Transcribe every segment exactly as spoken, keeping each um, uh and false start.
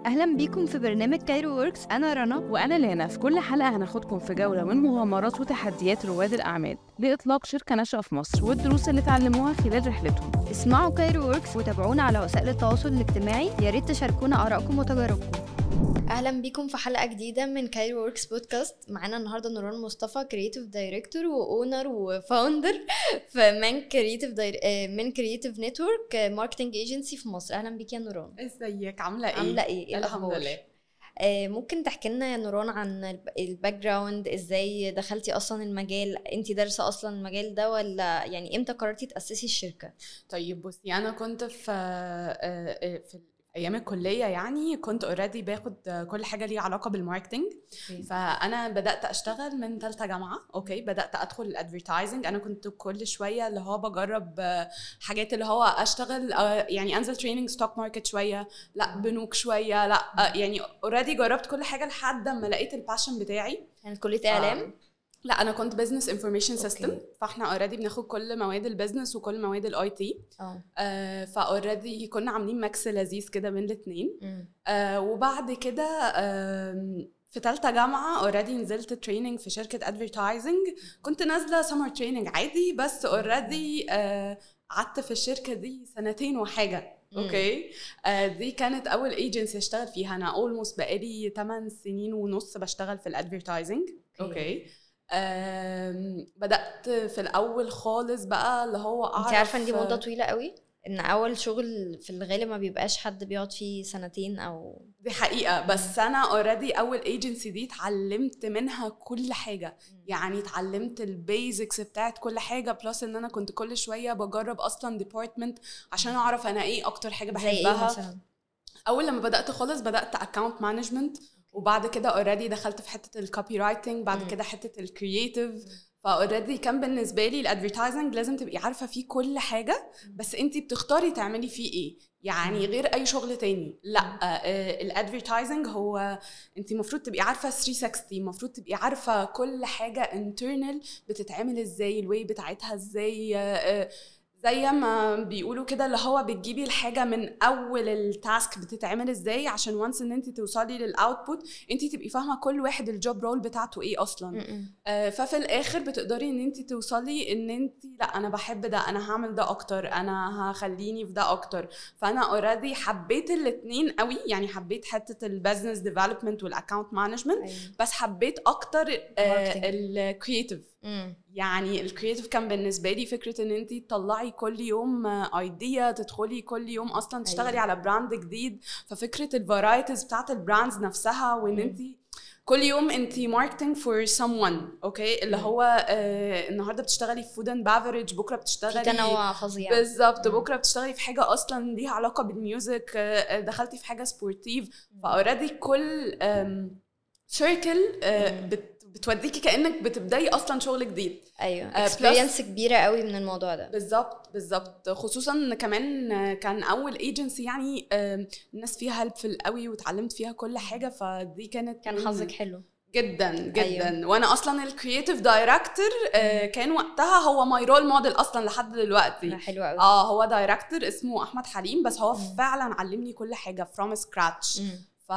أهلا بيكم في برنامج كايرو ووركس. أنا رنا وأنا لانا. في كل حلقة هناخدكم في جولة من مغامرات وتحديات رواد الأعمال لإطلاق شركة ناشئة في مصر والدروس اللي اتعلموها خلال رحلتهم. اسمعوا كايرو ووركس وتابعونا على وسائل التواصل الاجتماعي. يا ريت تشاركونا آرائكم وتجاربكم. اهلا بيكم في حلقه جديده من كايرو ووركس بودكاست. معانا النهارده نوران مصطفى، كرييتيف دايركتور واونر وفاوندر في من كرييتيف داير... من كرييتيف نتورك ماركتنج ايجنسي في مصر. اهلا بيك يا نوران. ازيك؟ عامله ايه؟ عامله ايه؟ إيه الحمد الأخبار؟ لله. آه ممكن تحكي لنا يا نوران عن الباك جراوند، ازاي دخلتي اصلا المجال؟ انت دارسه اصلا المجال ده ولا يعني امتى قررتي تاسسي الشركه؟ طيب بصي، انا كنت في آه، في ايام الكليه، يعني كنت اوريدي باخد كل حاجه ليها علاقه بالماركتنج. فانا بدات اشتغل من ثالثه جامعه. اوكي، بدات ادخل الادفيرتايزنج. انا كنت كل شويه اللي هو بجرب حاجات، اللي هو اشتغل يعني انزل تريننج ستوك ماركت شويه، لا بنوك شويه، لا يعني اوريدي جربت كل حاجه لحد ما لقيت الباشن بتاعي. كانت كليه اعلام؟ لا، انا كنت بزنس انفورميشن سيستم. فاحنا اوريدي بناخد كل مواد البزنس وكل مواد الاي تي. اه فاوريدي كنا عاملين ماكس لذيذ كده بين الاثنين. آه وبعد كده آه في ثالثه جامعه اوريدي نزلت تريننج في شركه ادفيرتايزنج. كنت نازله سمر تريننج عادي، بس اوريدي آه قعدت في الشركه دي سنتين وحاجه. اوكي. آه دي كانت اول ايجنسي اشتغل فيها. انا اولموست بقالي ثمانية سنين ونص بشتغل في الادفيرتايزنج. اوكي. بدأت في الأول خالص بقى اللي هو أعرف. انت عارفة ان دي مدة طويلة قوي، ان أول شغل في الغالب ما بيبقاش حد بيقعد فيه سنتين أو دي حقيقة. بس أنا اوريدي أول ايجنسي دي اتعلمت منها كل حاجة. يعني اتعلمت البيزكس بتاعت كل حاجة، بلس ان أنا كنت كل شوية بجرب أصلا ديبارتمنت عشان أعرف أنا ايه أكتر حاجة بحبها. زي ايه أول لما بدأت خالص بدأت أكاونت مانجمنت، وبعد كده اوريدي دخلت في حته الكوبي رايتنج، بعد كده حته الكرييتيف. فاوريدي كان بالنسبه لي الادفيرتايزنج لازم تبقي عارفه فيه كل حاجه، بس انتي بتختاري تعملي فيه ايه، يعني غير اي شغل تاني. لا، الادفيرتايزنج هو انتي المفروض تبقي عارفه ثلاثمية وستين، المفروض تبقي عارفه كل حاجه انترنال بتتعمل ازاي، الواي بتاعتها ازاي. آه زي ما بيقولوا كده اللي هو بتجيبي الحاجة من أول التاسك بتتعمل إزاي، عشان وانس إن أنت توصلي للأوتبوت أنت تبقي فاهمة كل واحد الجوب رول بتاعته إيه أصلا. آه ففي الآخر بتقدري إن أنت توصلي إن أنت لا أنا بحب ده، أنا هعمل ده أكتر، أنا هخليني في ده أكتر. فأنا أوريدي حبيت الاتنين قوي، يعني حبيت حتة البزنس ديفلوبمنت والأكاونت مانجمنت، بس حبيت أكتر آه الكرييتيف. يعني الكرييتيف كان بالنسبه لي فكره ان انت تطلعي كل يوم ايديا، تدخلي كل يوم اصلا تشتغلي أيوة. على براند جديد. ففكره الفرايتيز بتاعت البراندز نفسها، وان انت كل يوم انت ماركتنج فور someone. اوكي، اللي هو آه النهارده بتشتغلي في فود اند بافريج، بكره بتشتغلي في تنوع فظيع بالظبط، بكره بتشتغلي في حاجه اصلا ليها علاقه بالميوزك، آه دخلتي في حاجه سبورتيف. فاوريدي كل سيركل آه بت بتوديكي كأنك بتبدأي أصلا شغل جديد. أيوة experience كبيرة قوي من الموضوع ده. بالظبط بالظبط، خصوصا كمان كان أول ايجنسي، يعني الناس فيها هيلبفل قوي وتعلمت فيها كل حاجة. فدي كانت كان حظك حلو جدا جدا. أيوة. وانا اصلا الكرييتيف دايركتور كان وقتها هو ماي رول موديل اصلا لحد دلوقتي. حلو قوي. اه هو دايركتور اسمه احمد حليم، بس هو م. فعلا علمني كل حاجة from scratch. م. ف...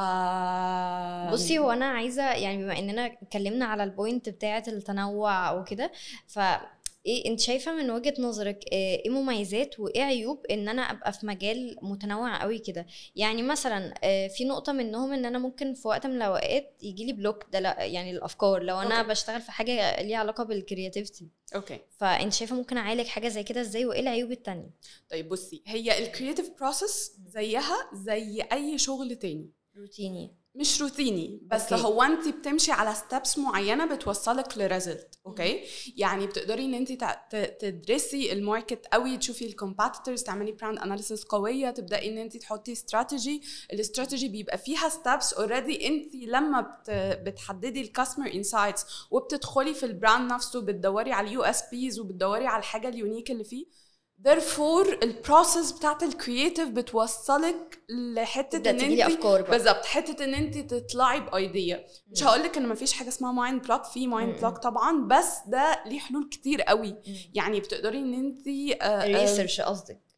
بصي هو انا عايزه يعني بما اننا اتكلمنا على البوينت بتاعه التنوع وكده، ف ايه انت شايفه من وجهه نظرك ايه مميزات وايه عيوب ان انا ابقى في مجال متنوع قوي كده؟ يعني مثلا في نقطه منهم ان انا ممكن في وقت من الاوقات يجي لي بلوك ده، لا يعني الافكار لو انا أوكي. بشتغل في حاجه ليها علاقه بالكرياتيفيتي. اوكي، فانت شايفه ممكن اعالج حاجه زي كده ازاي وايه العيوب التانية؟ طيب بصي، هي الكرياتيف بروسس زيها زي اي شغل تاني، روتيني مش روتيني بس. أوكي. هو انت بتمشي على ستابس معينه بتوصلك لريزلت. اوكي، يعني بتقدري ان انت تدرسي الماركت قوي، تشوفي الكومبيتيتورز، تعملي براند اناليسيس قويه، تبداي ان انت تحطي استراتيجي. الاستراتيجي بيبقى فيها ستابس اوريدي. انت لما بتحددي الكاستمر انسايتس وبتدخلي في البراند نفسه، بتدوري على اليو اس بيز وبتدوري على الحاجه اليونيك اللي فيه. therefore البروسس بتاعت الكرياتيف بتوصلك لحته ان انت بالظبط حته ان انت تطلعي بايديا. مش هقولك ان مفيش حاجه اسمها مايند بلوك، في مايند بلوك طبعا، بس ده ليه حلول كتير قوي. مم. يعني بتقدري ان انت ريسيرش قصدك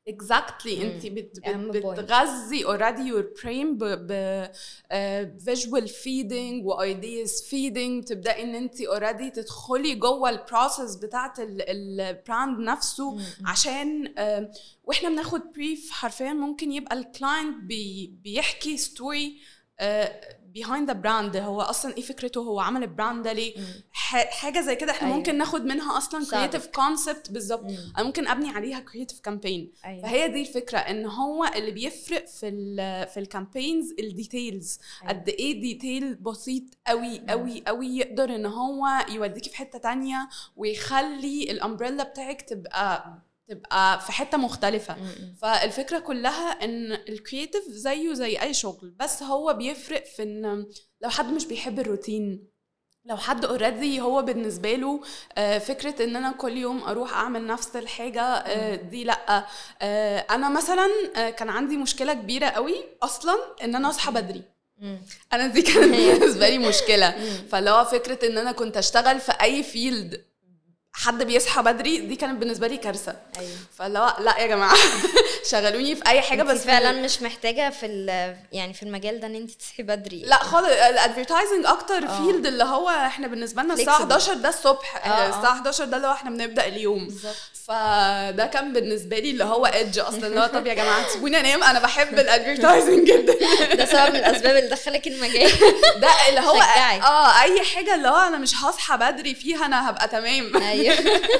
exactly انت بت أهم point. بتغذي already your brain ب, ب uh, visual feeding و ideas feeding. تبدأي ان انت already تدخلي جوه البروسيس بتاعت البراند نفسه. مم. عشان uh, واحنا بناخد brief حرفيا ممكن يبقى الكلاينت بي بيحكي ستوري uh, behind the brand. هو اصلا ايه فكرته، هو عمل البراند ده ليه، حاجه زي كده احنا أيوة. ممكن ناخد منها اصلا creative concept بالظبط. انا ممكن ابني عليها creative campaign. أيوة. فهي دي الفكره، ان هو اللي بيفرق في ال في الكامبينز الديتيلز. أيوة. قد ايه ديتيل بسيط قوي قوي قوي يقدر ان هو يوديكي في حته تانية ويخلي الامبريلا بتاعك تبقى تبقى في حتة مختلفة. م-م. فالفكرة كلها ان الكرياتيف زيه زي اي شغل، بس هو بيفرق في ان لو حد مش بيحب الروتين، لو حد اوريدي هو بالنسبة له فكرة ان انا كل يوم اروح اعمل نفس الحاجة دي لا. انا مثلا كان عندي مشكلة كبيرة قوي اصلا ان انا اصحى بدري. انا دي كانت بالنسبة لي مشكلة. فلو فكرة ان انا كنت اشتغل في اي فيلد حد بيصحى بدري دي كانت بالنسبه لي كارثه. أيوة. فلا لا يا جماعه شغلوني في اي حاجه. بس فعلا مش محتاجه في يعني في المجال ده ان انت تصحي بدري. لا خالص. الادفيرتايزنج اكتر أوه. فيلد اللي هو احنا بالنسبه لنا الساعه حداشر ده الصبح. أوه. الساعه حداشر ده اللي هو احنا بنبدا اليوم بالظبط. فده كان بالنسبه لي اللي هو ايدج اصلا اللي هو طب يا جماعه سيبوني انام، انا بحب الادفيرتايزنج جدا. ده سبب من الاسباب اللي دخلك المجال ده اللي هو اه اي حاجه اللي هو انا مش هصحى بدري فيها انا هبقى تمام. ايوه.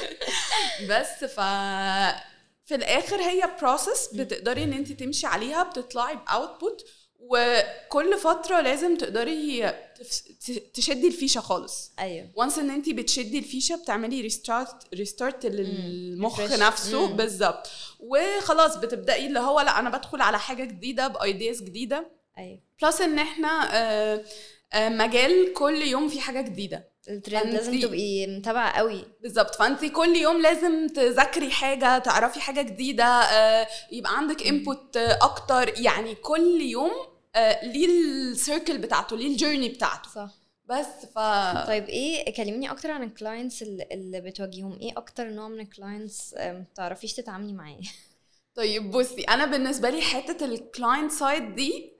بس ف في الاخر هي بروسس بتقدري ان انت تمشي عليها، بتطلعي باوتبوت، وكل فتره لازم تقدري تشدي الفيشه خالص. ايوه. وانس ان انت بتشدي الفيشه بتعملي ريستارت ريستارت للمخ نفسه بالظبط، وخلاص بتبداي اللي هو لا انا بدخل على حاجه جديده بايدياز جديده. ايوه. بلس ان احنا آآ آآ مجال كل يوم في حاجه جديده، الترند لازم تبقي متابعه قوي بالظبط. فانت كل يوم لازم تذاكري حاجه، تعرفي حاجه جديده، آه يبقى عندك انبوت آه اكتر. يعني كل يوم آه ليه السيركل بتاعته، ليه الجيرني بتاعته. صح. بس ف طيب ايه كلميني اكتر عن الكلاينتس اللي بتواجههم، ايه اكتر نوع من الكلاينتس تعرفيش تتعاملي معاه؟ طيب بصي، انا بالنسبه لي حته الكلاينت سايد دي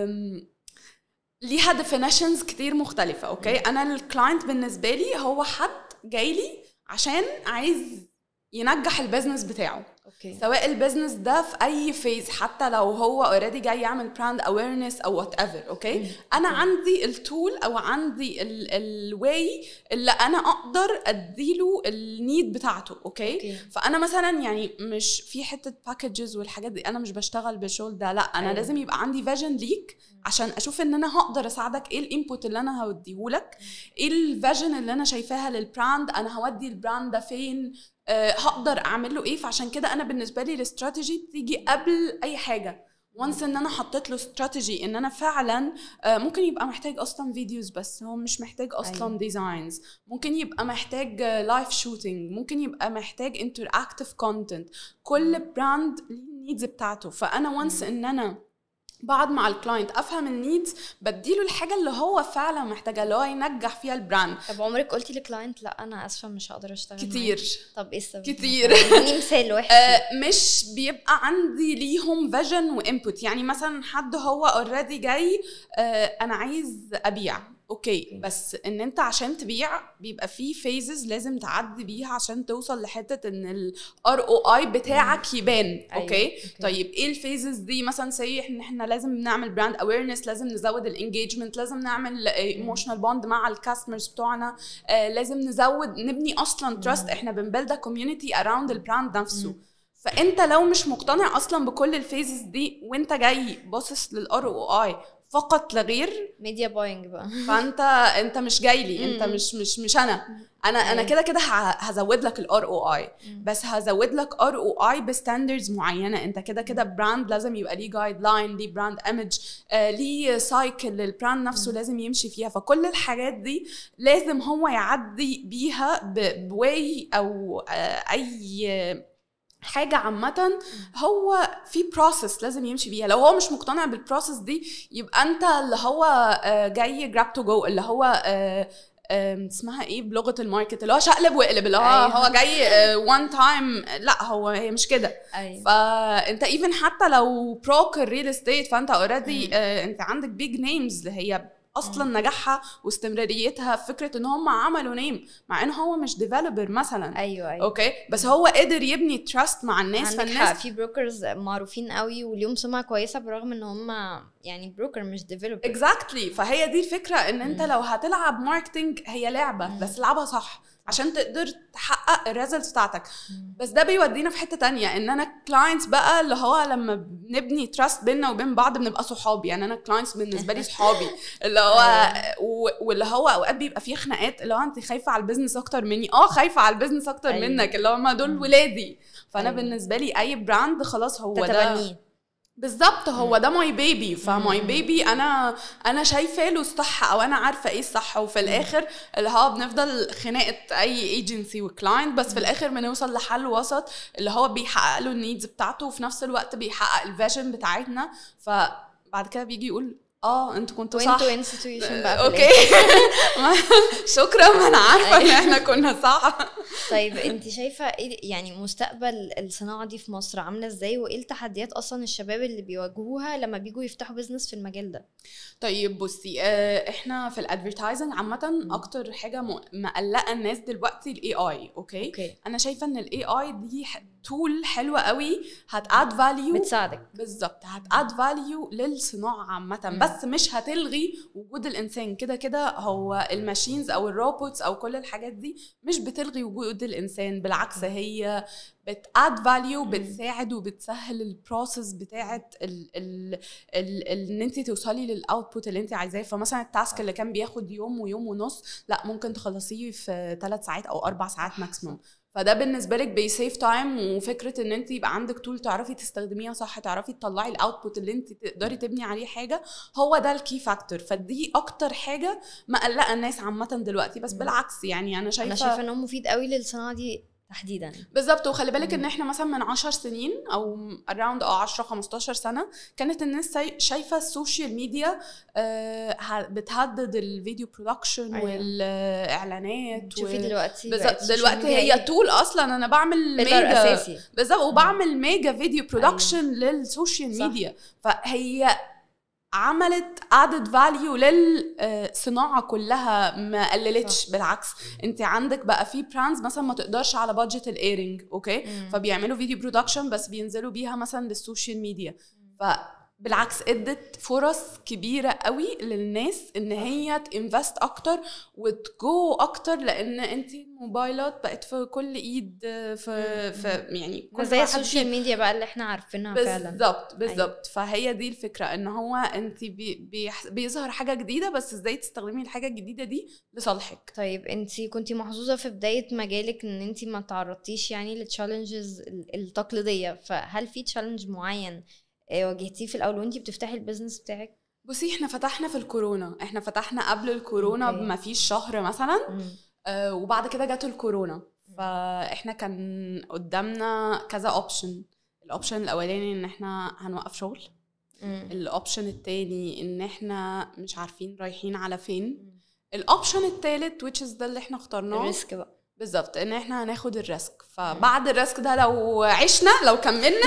ليها definitions كتير مختلفة. اوكي. انا الكلاينت بالنسبة لي هو حد جاي لي عشان عايز ينجح البيزنس بتاعه. اوكي. سواء البيزنس ده في اي فيز، حتى لو هو اوريدي جاي يعمل براند اويرنس او وات ايفر. اوكي. مم. انا مم. عندي التول او عندي الواي اللي انا اقدر اديله النيد بتاعته. اوكي. أوكي. فانا مثلا يعني مش في حته باكجز والحاجات دي، انا مش بشتغل بالشغل ده. لا انا أيوة. لازم يبقى عندي فيجن ليك عشان اشوف ان انا هقدر اساعدك، ايه الانبوت اللي انا هوديهولك، ايه الفيجن اللي انا شايفاها للبراند، انا هودي البراند ده فين، أه هقدر اعمل له ايه. فعشان كده انا بالنسبه لي الاستراتيجي بتيجي قبل اي حاجه. وانس ان انا حطيت له استراتيجي ان انا فعلا أه ممكن يبقى محتاج اصلا فيديوز، بس هو مش محتاج اصلا ديزاينز. أيوة. ممكن يبقى محتاج لايف شوتينج، ممكن يبقى محتاج انتراكتيف كونتنت. كل براند ليه النيدز بتاعته. فانا وانس ان انا بعد مع الكلاينت افهم النيدز، بديله الحاجه اللي هو فعلا محتاجها، اللي هو ينجح فيها البراند. طب عمرك قلتي للكلاينت لا انا اسفه مش هقدر اشتغل كتير معاك؟ طب ايه السبب؟ كتير. اديني مثال واحد. آه مش بيبقى عندي ليهم فيجن وانبوت. يعني مثلا حد هو اوريدي جاي آه انا عايز ابيع. اوكي. okay. بس ان انت عشان تبيع بيبقى فيه فيزز لازم تعدي بيها عشان توصل لحته ان الار او اي بتاعك يبان. اوكي. أيوة. okay. okay. طيب ايه الفيزز دي؟ مثلا سي ان احنا لازم نعمل براند اويرنس، لازم نزود الانجيجمنت، لازم نعمل ايموشنال بوند مع الكاستمرز بتوعنا، آه لازم نزود نبني اصلا تراست. احنا بنبلد كوميونتي اراوند البراند نفسه. مم. فانت لو مش مقتنع اصلا بكل الفيزز دي وانت جاي باصص للار او اي فقط لغير ميديا باينج بقى، فانت انت مش جاي لي. انت مش مش مش انا انا انا كده كده هزود لك الار او اي، بس هزود لك ار او اي بستاندردز معينه. انت كده كده براند لازم يبقى ليه جايد لاين، ليه براند ايمج، آه ليه سايكل البراند نفسه لازم يمشي فيها. فكل الحاجات دي لازم هو يعدي بيها بواي او آه اي حاجة عامة. هو في بروسس لازم يمشي بيها. لو هو مش مقتنع بالبروسس دي يبقى انت اللي هو جاي جراب تو جو، اللي هو اسمها ايه بلغه الماركت اللي هو شقلب وقلب اللي هو أيوة. هو جاي وان تايم، لا هو هي مش كده. أيوة. فانت ايفن حتى لو بروكر ريل استيت فانت اوريدي انت عندك بيج نيمز اللي هي اصلا مم. نجاحها واستمراريتها فكره ان هم عملوا نيم مع ان هو مش ديفلوبر مثلا. ايوه ايوه اوكي بس هو قدر يبني تراست مع الناس. فالناس في بروكرز معروفين قوي واليوم سمعه كويسه برغم ان هم يعني بروكر مش ديفلوبر. اكزاكتلي exactly. فهي دي الفكره ان انت مم. لو هتلعب ماركتنج هي لعبه مم. بس لعبها صح عشان تقدر تحقق الريزلتس بتاعتك. بس ده بيودينا في حته تانية ان انا كلاينتس بقى اللي هو لما بنبني تراست بيننا وبين بعض بنبقى صحاب. يعني انا كلاينتس بالنسبه لي صحابي اللي هو واللي هو اوقات بيبقى فيه خناقات اللي هو انت خايفه على البيزنس اكتر مني اه خايفه على البيزنس اكتر منك اللي هو ما دول ولادي. فانا بالنسبه لي اي براند خلاص هو ده بالظبط هو ده ماي بيبي. فماي بيبي انا انا شايفه له الصح او انا عارفه ايه الصح. وفي الاخر اللي هو بنفضل خناقه اي ايجنسي وكلاينت بس في الاخر بنوصل لحل وسط اللي هو بيحقق له النيدز بتاعته وفي نفس الوقت بيحقق الفيجن بتاعتنا. فبعد كده بيجي يقول اه انتوا كنتوا صح وانتوا انستيتيوشن بقى اوكي شكرا ما انا عارفه ان احنا كنا صح. طيب انت شايفه ايه يعني مستقبل الصناعه دي في مصر عامله ازاي وايه التحديات اصلا الشباب اللي بيواجهوها لما بيجوا يفتحوا بيزنس في المجال ده؟ طيب بصي احنا في الادفيرتايزنج عامه اكتر حاجه مقلقه الناس دلوقتي الاي اي. اوكي اوكي انا شايفه ان الاي اي دي تول حلوه قوي هتاد فاليو بتساعدك بالظبط هتاد فاليو للصناعه عامه بس مش هتلغي وجود الانسان. كده كده هو الماشينز او الروبوتس او كل الحاجات دي مش بتلغي وجود الانسان بالعكس هي بتاد فاليو بتساعد وبتسهل البروسيس بتاعت ال ال ال ان انت توصلي للاوتبوت اللي انت عايزاه. فمثلا التاسك اللي كان بياخد يوم ويوم ونص لا ممكن تخلصيه في ثلاث ساعات او اربع ساعات ماكسيموم. فده بالنسبه لك بيسيف تايم وفكره ان انت يبقى عندك تول تعرفي تستخدميها صح تعرفي تطلعي الاوتبوت اللي انت تقدري تبني عليه حاجه هو ده الكي فاكتور. فدي اكتر حاجه مقلقه الناس عامه دلوقتي بس بالعكس يعني انا شايفه انا شايفه انه مفيد قوي للصناعه دي تحديدا بالظبط. وخلي بالك ان احنا مثلا من عشر سنين او اراوند او عشرة خمستاشر سنه كانت الناس شايفه السوشيال ميديا بتهدد الفيديو برودكشن أيوة. والاعلانات شوفي و... دلوقتي دلوقتي هي تول اصلا انا بعمل ميجا اساسي بالظبط وبعمل ميجا فيديو برودكشن أيوة. للسوشيال ميديا. فهي عملت added value للصناعة كلها ما قللتش بالعكس. انت عندك بقى في براندز مثلا ما تقدرش على بادجت الايرنج اوكي مم. فبيعملوا فيديو برودكشن بس بينزلوا بيها مثلا للسوشيال ميديا. فبالعكس ادت فرص كبيرة قوي للناس ان هي تinvest اكتر وتجو اكتر لان انت موبايلات بقت في كل ايد في, في يعني كل زي السوشيال ميديا بقى اللي احنا عارفينها فعلا بالظبط بالظبط. فهي دي الفكرة ان هو انت بي بي بيظهر حاجة جديدة بس ازاي تستخدمي الحاجة الجديدة دي لصالحك. طيب انت كنتي محظوظة في بداية مجالك ان انت ما تعرضتيش يعني للتشالنجز التقليدية فهل في تشالنج معين واجهتيه في الاول وانتي بتفتحي البيزنس بتاعك؟ بصي احنا فتحنا في الكورونا احنا فتحنا قبل الكورونا بما فيش شهر مثلا آه وبعد كده جات الكورونا فاحنا كان قدامنا كذا اوبشن. الاوبشن الاولاني ان احنا هنوقف شغل الاوبشن التاني ان احنا مش عارفين رايحين على فين الاوبشن التالت which is ده اللي احنا اخترناه الريسك بقى بالظبط ان احنا هناخد الريسك. فبعد الريسك ده لو عشنا لو كملنا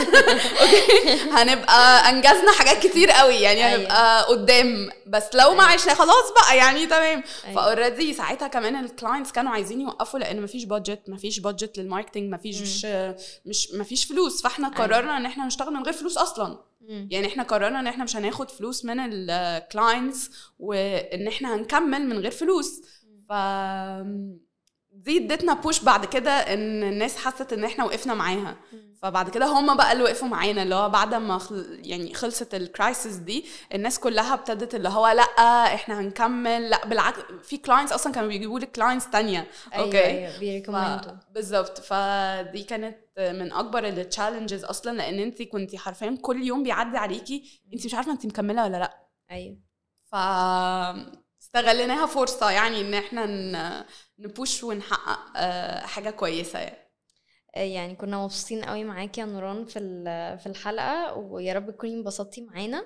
هنبقى انجزنا حاجات كتير قوي يعني هنبقى قدام. بس لو ما عشنا خلاص بقى يعني تمام. فاوريدي ساعتها كمان الكلاينتس كانوا عايزين يوقفوا لان مفيش بادجت مفيش بادجت للماركتنج مفيش مش مش مفيش فلوس. فاحنا قررنا ان احنا نشتغل من غير فلوس اصلا. يعني احنا قررنا ان احنا مش هناخد فلوس من الكلاينتس وان احنا هنكمل من غير فلوس. ف دي ادتنا بوش بعد كده ان الناس حست ان احنا وقفنا معاها. فبعد كده هم بقى اللي وقفوا معانا اللي هو بعد ما خل... يعني خلصت الكرايسيس دي الناس كلها ابتدت اللي هو لا احنا هنكمل. لا بالعكس في كلاينتس اصلا كانوا بيجيبوا لك كلاينتس تانية اوكي ايوه بيريكومندوا ف... بالظبط. فدي كانت من اكبر التشالنجز اصلا لان انت كنتي حرفيا كل يوم بيعدي عليكي انت مش عارفه انت مكمله ولا لا. ايوه ف استغلناها فرصة يعني ان احنا نبوش ونحقق حاجة كويسة يعني. يعني كنا مبسوطين قوي معاكي يا نوران في في الحلقة ويا رب تكوني انبسطتي معانا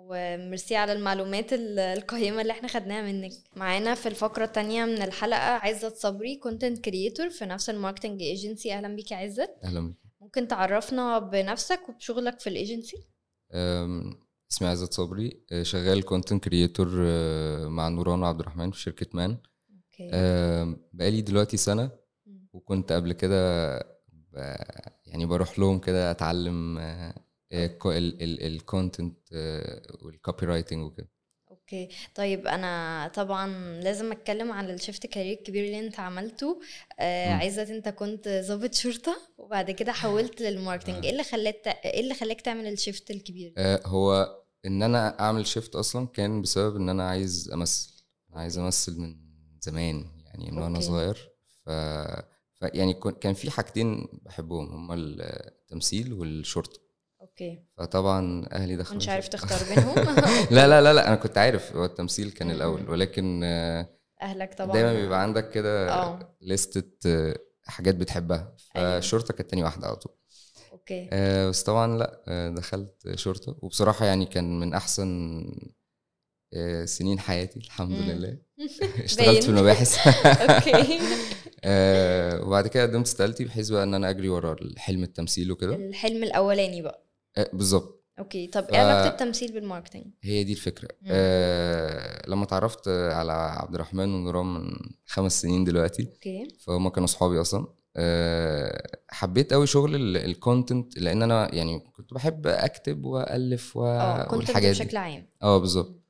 وميرسي على المعلومات ال- القيمة اللي احنا خدناها منك. معانا في الفقرة التانية من الحلقة عزت صبري، كونتنت كريتور في نفس الماركتنج ايجنسي. اهلا بيك يا عزت. اهلا بك. ممكن تعرفنا بنفسك وبشغلك في الايجنسي؟ أم، اسمي عزت صبري، أه، شغال كونتنت كريتور مع نوران عبد الرحمن في شركة مان. اوكي. أم، بقالي دلوقتي سنة، مم. وكنت قبل كده ب- يعني بروح لهم كده اتعلم الكونتنت والكوبي رايتنج وكده. اوكي طيب، انا طبعا لازم اتكلم عن الشيفت كارير الكبير اللي انت عملته. آه مم. عزت، انت كنت ضابط شرطة وبعد كده حولت للماركتنج. ايه اللي خلاك ايه اللي خلاك تعمل الشيفت الكبير ده؟ أه، هو ان انا اعمل شيفت اصلا كان بسبب ان انا عايز امثل عايز امثل من زمان، يعني من وانا أوكي. صغير. ف... ف يعني كن- كان في حاجتين بحبهم، هما التمثيل والشرطة. اوكي، فطبعا اهلي دخلوا مش عارف شرطة. تختار بينهم. لا لا لا لا انا كنت عارف هو التمثيل كان م-م. الاول، ولكن آه، اهلك طبعا دايما بيبقى عندك كده اه لستة آه، حاجات بتحبها، أيوة. فالشرطة كانت تاني واحدة على طول. اوكي. آه، بس طبعا لا، آه، دخلت شرطة، وبصراحة يعني كان من احسن آه، سنين حياتي الحمد مم. لله. اشتغلت في باين. المباحث. اوكي. آه، وبعد كده قدمت استقالتي بحيث بقى ان انا اجري ورا الحلم التمثيل وكده. الحلم الاولاني بقى. آه، بالظبط. اوكي، طب ف- ايه علاقة التمثيل بالماركتنج؟ هي دي الفكرة. مم. آه لما اتعرفت على عبد الرحمن ونوران من خمس سنين دلوقتي، اوكي. فهم كانوا صحابي اصلا. آه حبيت قوي شغل الكونتنت، لان انا يعني كنت بحب اكتب والف و... اه كنت والحاجات دي. بشكل عام. اه بالظبط.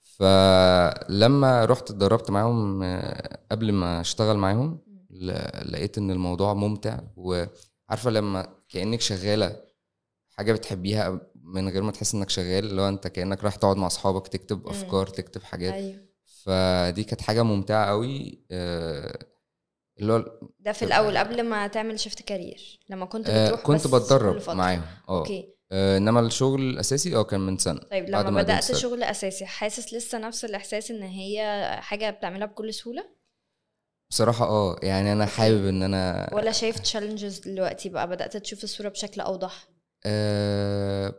فلما رحت اتدربت معاهم آه، قبل ما اشتغل معاهم، مم. ل- لقيت ان الموضوع ممتع، وعارفه لما كأنك شغالة حاجة بتحبيها من غير ما تحس انك شغال، اللي هو انت كأنك رايح تقعد مع اصحابك تكتب مم. افكار، تكتب حاجات. ايوه، فدي كانت حاجة ممتعة قوي. آه، اللي هو ده في الاول قبل ما تعمل شيفت كارير، لما كنت آه، بتروح كنت بس كل بتدرب فترة. معاهم. اه اوكي. آه، انما الشغل الاساسي اه كان من سنة. طيب بعد لما ما قدمت بدأت استقالتي. شغل اساسي، حاسس لسه نفس الاحساس ان هي حاجة بتعملها بكل سهولة، بصراحة اه يعني انا اوكي. حابب ان انا ولا شايف تشالنجز دلوقتي بقى بدأت تشوف الصورة بشكل اوضح؟ آه،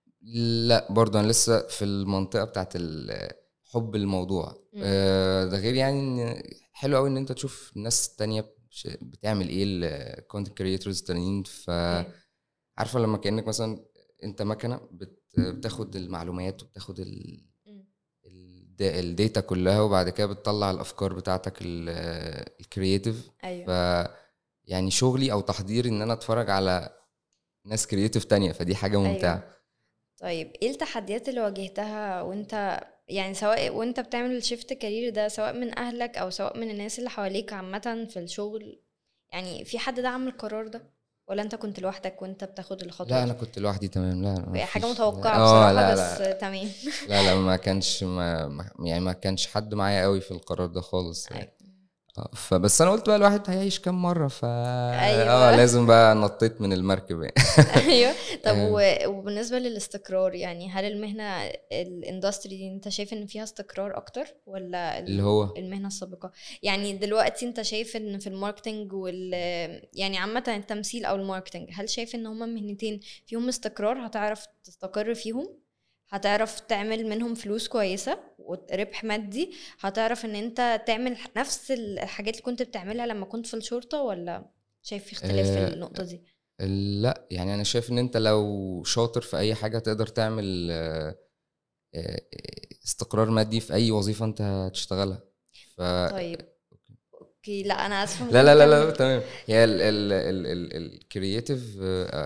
لا برضه انا لسه في المنطقة بتاعت ال- حب الموضوع. مم. آه، ده غير يعني ان حلو قوي ان انت تشوف ناس تانية بش- بتعمل ايه، الكونتنت كريتورز التانيين. ف اوكي. عارفة لما كأنك مثلا انت مكنة بت- بتاخد المعلومات وبتاخد ال- مم. الد- الداتا كلها، وبعد كده بتطلع الافكار بتاعتك الكرييتيف. ايوه. ف يعني شغلي او تحضيري ان انا اتفرج على ناس كرييتيف تانية، فدي حاجة ممتعة. ايوه. طيب ايه التحديات اللي واجهتها وانت يعني سواء وانت بتعمل الشيفت كارير ده، سواء من اهلك او سواء من الناس اللي حواليك عامة في الشغل؟ يعني في حد دعم القرار ده ولا انت كنت لوحدك وانت بتاخد الخطوة لا دي؟ انا كنت لوحدي تمام. لا ما حاجة فيش. متوقعة اه بصراحة، لا بس لا تمام. لا لا ما كانش ما ما- يعني ما كانش حد معايا قوي في القرار ده خالص يعني. أيوة. آه، فبس انا قلت بقى الواحد هيعيش كام مرة، ف أيوة. اه لازم بقى نطيت من المركب يعني. ايوه. طب آه، و- وبالنسبه للاستقرار، يعني هل المهنه الاندستري دي انت شايف ان فيها استقرار اكتر ولا ال- اللي هو المهنه السابقه؟ يعني دلوقتي انت شايف ان في الماركتنج وال يعني عامه التمثيل او الماركتنج، هل شايف ان هما مهنتين فيهم استقرار هتعرف تستقر فيهم، هتعرف تعمل منهم فلوس كويسه وربح مادي، هتعرف ان انت تعمل نفس الحاجات اللي كنت بتعملها لما كنت في الشرطه، ولا شايف في اختلاف في آه، النقطه دي؟ لا يعني انا شايف ان انت لو شاطر في اي حاجة تقدر تعمل آه، آه، استقرار مادي في اي وظيفة انت هتشتغلها. ف طيب اوكي، لا انا اسفه لا لا ممكن لا لا تعمل- تمام. هي ال ال ال ال الكرييتيف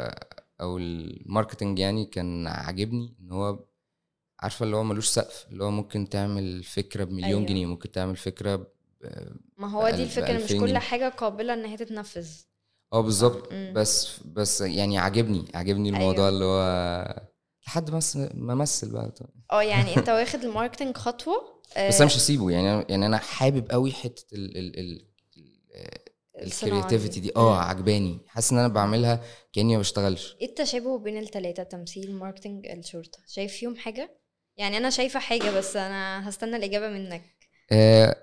او الماركتنج يعني كان عاجبني ان هو عارفه اللي هو ملوش سقف، اللي هو ممكن تعمل فكره بمليون أيوة. جنيه، ممكن تعمل فكره ب- ما هو دي بأل- الفكره، إن مش بألفين كل جنيه. حاجه قابله ان هي تتنفذ. اه بالظبط. مم. بس بس يعني عاجبني عاجبني الموضوع أيوة. اللي هو لحد بس ما امثل بقى. اه يعني انت واخد الماركتنج خطوه بس انا مش هسيبه يعني. يعني انا حابب قوي حته ال ال ال الكرياتيفيتي دي. اه عجباني، حاسس ان انا بعملها كاني ما بشتغلش. ايه التشابه بين التلاتة، تمثيل ماركتنج الشرطه؟ شايف فيهم حاجه؟ يعني انا شايفه حاجه بس انا هستنى الاجابه منك. آه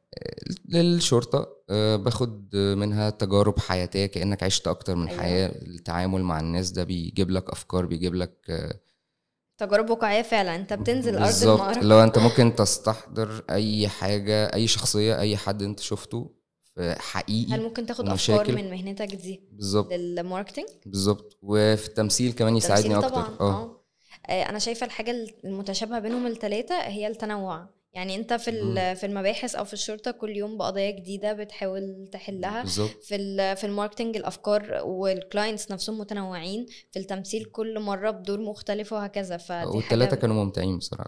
للشرطة آه باخد منها تجارب حياتية، كأنك عشت أكتر من أيوة. حياة. التعامل مع الناس ده بيجيب لك أفكار، بيجيب لك آه تجارب واقعيه فعلا، انت بتنزل ارض بالظبط، المعركه. لو انت ممكن تستحضر اي حاجه، اي شخصيه، اي حد انت شفته في حقيقي. هل ممكن تاخد افكار ومشاكل. من مهنتك دي بالظبط للماركتنج؟ بالظبط، وفي التمثيل كمان يساعدني التمثيل اكتر. طبعا اه اه. انا شايفه الحاجه المتشابهه بينهم الثلاثه هي التنوع. يعني انت في ال- في المباحث او في الشرطه كل يوم بقضايا جديده بتحاول تحلها. بالظبط. في ال- في الماركتنج الافكار والكلاينتس نفسهم متنوعين. في التمثيل كل مره بدور مختلف وهكذا. فدي والثلاثه حاجه. كانوا ممتعين بصراحه.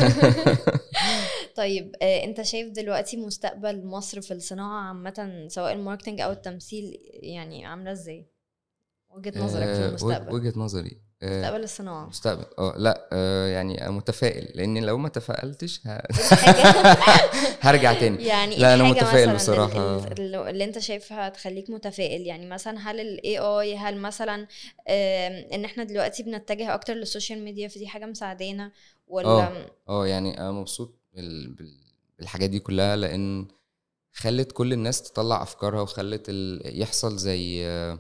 طيب آه، انت شايف دلوقتي مستقبل مصر في الصناعه عامه سواء الماركتنج او التمثيل يعني عامله ازاي؟ وجهه نظرك في آه، المستقبل، وجهه نظري آه، مستقبل الصناعه. مستقبل اه لا آه، يعني متفائل، لان لو ما تفائلتش ه... حاجة هرجع تاني. يعني لا، ايه أنا الحاجة متفائل مثلا بصراحة. ال- ال- اللي انت شايفها تخليك متفائل؟ يعني مثلا هل ال إيه آي، هل مثلا آم، ان احنا دلوقتي بنتجه اكتر للسوشيال ميديا فدي حاجة مساعدانا ولا؟ اه اه يعني انا مبسوط بال... بال... بالحاجات دي كلها، لان خلت كل الناس تطلع افكارها، وخلت ال... يحصل زي آه،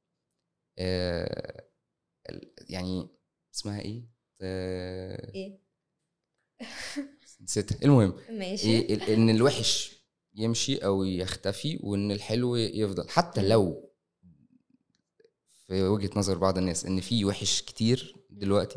آه، ال- يعني اسمها ايه آه، ايه؟ نسيتها. المهم ماشي. إيه ال- ان الوحش يمشي او يختفي، وان الحلو يفضل، حتى مم. لو في وجهة نظر بعض الناس ان في وحش كتير دلوقتي،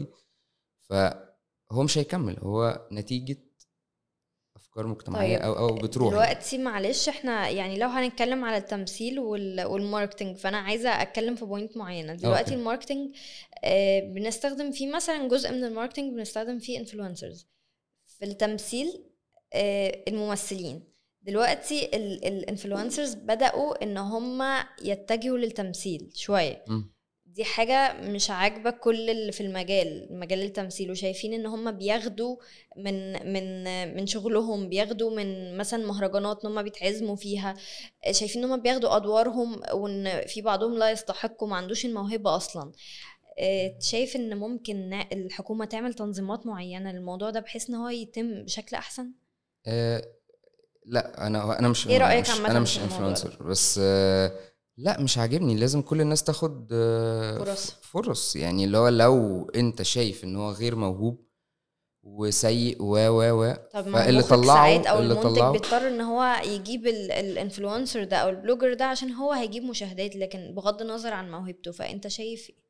فهو مش هيكمل، هو نتيجة افكار مجتمعية طيب او او بتروح يعني. دلوقتي معلش احنا يعني لو هنتكلم على التمثيل وال- والماركتينج، فانا عايزه اتكلم في بوينت معينه دلوقتي. أوكي. الماركتينج آه، بنستخدم فيه مثلا جزء من الماركتينج بنستخدم فيه انفلونسرز. في التمثيل آه، الممثلين دلوقتي الانفلونسرز بدأوا ان هم يتجهوا للتمثيل شويه. مم. دي حاجة مش عاجبة كل اللي في المجال، مجال التمثيل، وشايفين ان هم بياخدوا من من من شغلهم، بياخدوا من مثلا مهرجانات ان هم بيتعزموا فيها، شايفين ان هم بياخدوا ادوارهم وان في بعضهم لا يستحقوا، ما عندوش الموهبة اصلا. آه، شايف ان ممكن نا- الحكومة تعمل تنظيمات معينة للموضوع ده بحيث ان هو يتم بشكل احسن؟ آه لا، انا انا مش ايه رأيك مش عامة انا في مش الموضوع ده؟ انفلونسر، بس آه لا مش عاجبني. لازم كل الناس تاخد آه فرص. فرص، يعني اللي هو لو انت شايف ان هو غير موهوب وسيء و و و طب ما هو فاللي المخرج ساعات طلعه او اللي المنتج طلعه بيضطر ان هو يجيب الانفلونسر ده او البلوجر ده عشان هو هيجيب مشاهدات، لكن بغض النظر عن موهبته. فانت شايف ايه؟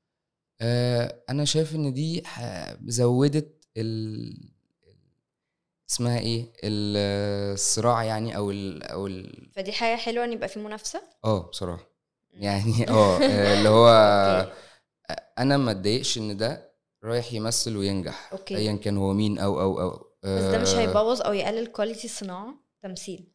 آه انا شايف ان دي ح- زودت ال اسمها ايه ال- الصراع يعني، او ال او ال فدي حاجة حلوة ان يبقى في منافسة. اه بصراحة يعني اه اللي هو اوكي انا ما اتضايقش ان ده رايح يمثل وينجح، اوكي. ايا كان هو مين او او او بس ده مش آه، هيبوظ او يقلل كواليتي الصناعة تمثيل؟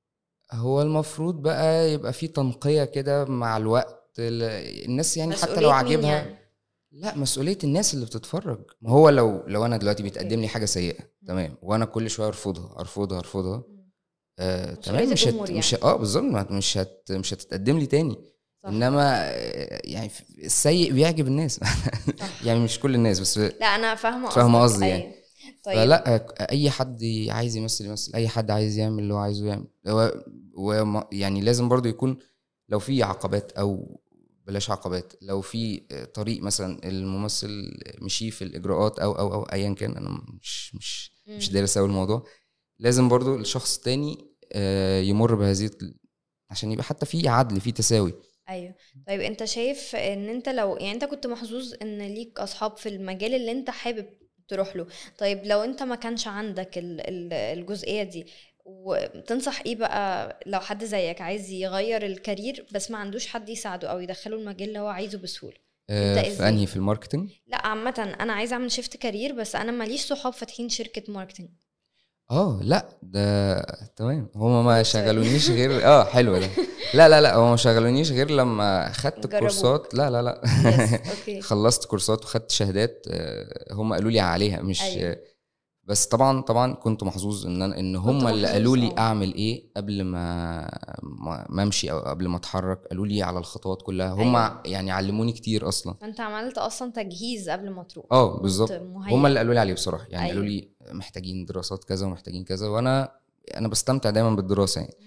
هو المفروض بقى يبقى في تنقية كده مع الوقت، ال- الناس يعني حتى لو مسؤولية مين عاجبها. يعني؟ لا، مسؤولية الناس اللي بتتفرج. ما هو لو لو انا دلوقتي بيتقدم لي حاجة سيئة، تمام، وانا كل شوية ارفضها ارفضها ارفضها آه، مسؤولية تمام، مش الجمهور هت يعني. مش اه بالظبط، ما- مش هت مش هتتقدم لي تاني. صح. انما آه، يعني السيء بيعجب الناس. صح. يعني مش كل الناس بس. لا انا فاهمة فاهمة قصدك. قصدي يعني. أيوة. طيب فلا آه، اي حد عايز يمثل يمثل، اي حد عايز يعمل اللي هو عايزه يعمل. هو وما- يعني لازم برضو يكون، لو في عقبات او بلاش عقبات، لو في آه، طريق مثلا الممثل مشي في الاجراءات او او او ايا كان، انا مش مش مش مم. دارس اوي الموضوع، لازم برضو الشخص التاني آه، يمر بهذه ال- عشان يبقى حتى في عدل، في تساوي. ايوه. طيب انت شايف ان انت لو يعني انت كنت محظوظ ان ليك اصحاب في المجال اللي انت حابب تروح له، طيب لو انت ما كانش عندك ال- ال- الجزئية دي، وتنصح ايه بقى لو حد زيك عايز يغير الكارير بس ما عندوش حد يساعده او يدخله المجال اللي هو عايزه بسهولة؟ آه، يبدأ في انهي ازاي؟ في الماركتنج؟ لا عامة انا عايزه اعمل شيفت كارير بس انا ماليش صحاب فاتحين شركة ماركتينج. اه لا ده تمام، هما ما قول السؤال. شغلونيش غير اه حلو ده. لا لا لا هما ما شغلونيش غير لما خدت جربوك. الكورسات. لا لا لا يس اوكي. خلصت كورسات وخدت شهادات آه، هم قالوا لي عليها، مش أيوة. بس طبعا طبعا كنت محظوظ ان أنا ان هم اللي محظوظ، قالوا لي آه. اعمل ايه قبل ما ما ما امشي او قبل ما اتحرك، قالوا لي على الخطوات كلها. هم أيوة. يعني علموني كتير اصلا. فانت عملت اصلا تجهيز قبل ما تروح. اه كنت بالظبط، مهيأ. هم اللي قالوا لي عليه بصراحه، يعني أيوة. قالوا لي محتاجين دراسات كذا ومحتاجين كذا، وانا انا بستمتع دايما بالدراسه يعني. مم.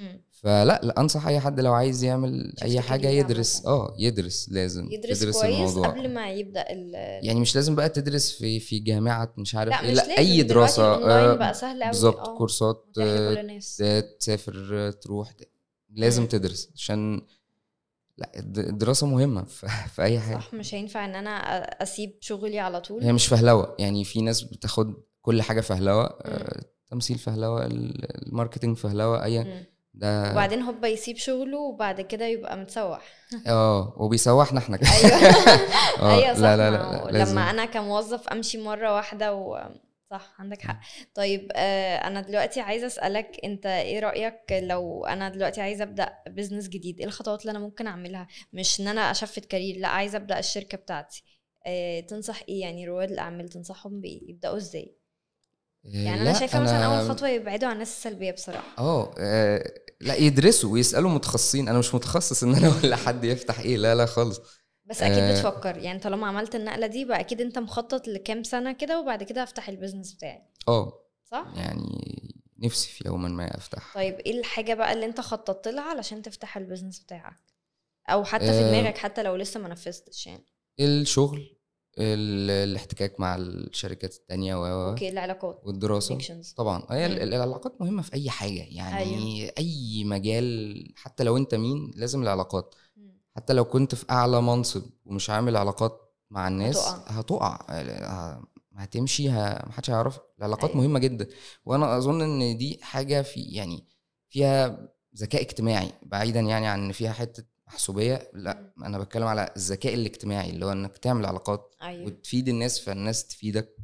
فلا لا انصح اي حد لو عايز يعمل شفت اي حاجه كارير يدرس عامة. اه يدرس لازم يدرس يدرس كويس الموضوع قبل ما يبدا ال يعني مش لازم بقى تدرس في في جامعه مش عارف لا ايه مش لا لازم اي دلوقتي دراسه الاونلاين آه، بقى سهل قوي بالظبط اه كورسات متاح لكل آه، الناس. ت- تسافر آه، تروح لازم مم. تدرس عشان لا الد- الدراسه مهمه في في اي حاجه. صح مش هينفع ان انا أ- اسيب شغلي على طول. هي مش فهلوه يعني في ناس بتاخد كل حاجه فهلوه مم. آه، تمثيل فهلوه ال- الماركتينج فهلوه اي مم. ده وبعدين هوبا يسيب شغله وبعد كده يبقى متسوح. اه وبيسوحنا احنا كده. ايوه اه ايوه صح. لا لا ما لا, هو لا لازم. لما انا كموظف امشي مره واحده و صح عندك حق. طيب آه انا دلوقتي عايزه اسالك انت ايه رايك لو انا دلوقتي عايزه ابدا بزنس جديد، ايه الخطوات اللي انا ممكن اعملها؟ مش ان انا اشفت كارير، لا عايزه ابدا الشركه بتاعتي. آه تنصح ايه يعني رواد الاعمال تنصحهم بايه يبداوا ازاي؟ يعني انا لا شايفه مثلا انا اول خطوه يبعدوا عن الناس السلبيه بصراحه. اه آه، لا يدرسوا ويسالوا متخصصين. انا مش متخصص ان انا اقول لحد يفتح ايه لا لا خالص. بس اكيد آه، بتفكر يعني طالما عملت النقله دي بقى اكيد انت مخطط لكام سنه كده وبعد كده افتح البيزنس بتاعي اه صح. يعني نفسي في يوما ما افتح. طيب ايه الحاجه بقى اللي انت خططت لها علشان تفتح البيزنس بتاعك، او حتى في آه، دماغك حتى لو لسه ما نفذتش يعني؟ الشغل ال- الاحتكاك مع الشركات التانية و و- اوكي العلاقات والدراسة connections. طبعا. هي مم. ال- العلاقات مهمة في أي حاجة يعني. أيوه. أي مجال حتى لو أنت مين لازم العلاقات. مم. حتى لو كنت في أعلى منصب ومش عامل علاقات مع الناس هتقع. هتقع, ه- هتمشي ه- محدش هيعرف. العلاقات أيوه. مهمة جدا. وأنا أظن إن دي حاجة في يعني فيها ذكاء اجتماعي بعيدا يعني عن إن فيها حتة محسوبية. لا أنا بتكلم على الذكاء الاجتماعي اللي هو إنك تعمل علاقات ايوه. وتفيد الناس فالناس تفيدك.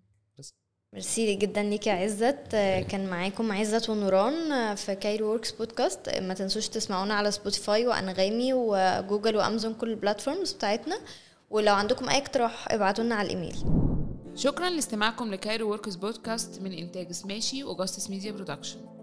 ميرسي جدا ليك يا عزت. آه، كان معاكم عزت ونوران آه، في كايرو ووركس بودكاست. آه، ما تنسوش تسمعونا على سبوتيفاي وانغامي وجوجل وامازون كل البلاتفورمز بتاعتنا. ولو عندكم اي اقتراح ابعتوا لنا على الايميل. شكرا لاستماعكم لكايرو وركس بودكاست من إنتاج سماشي وجاستس ميديا برودكشن.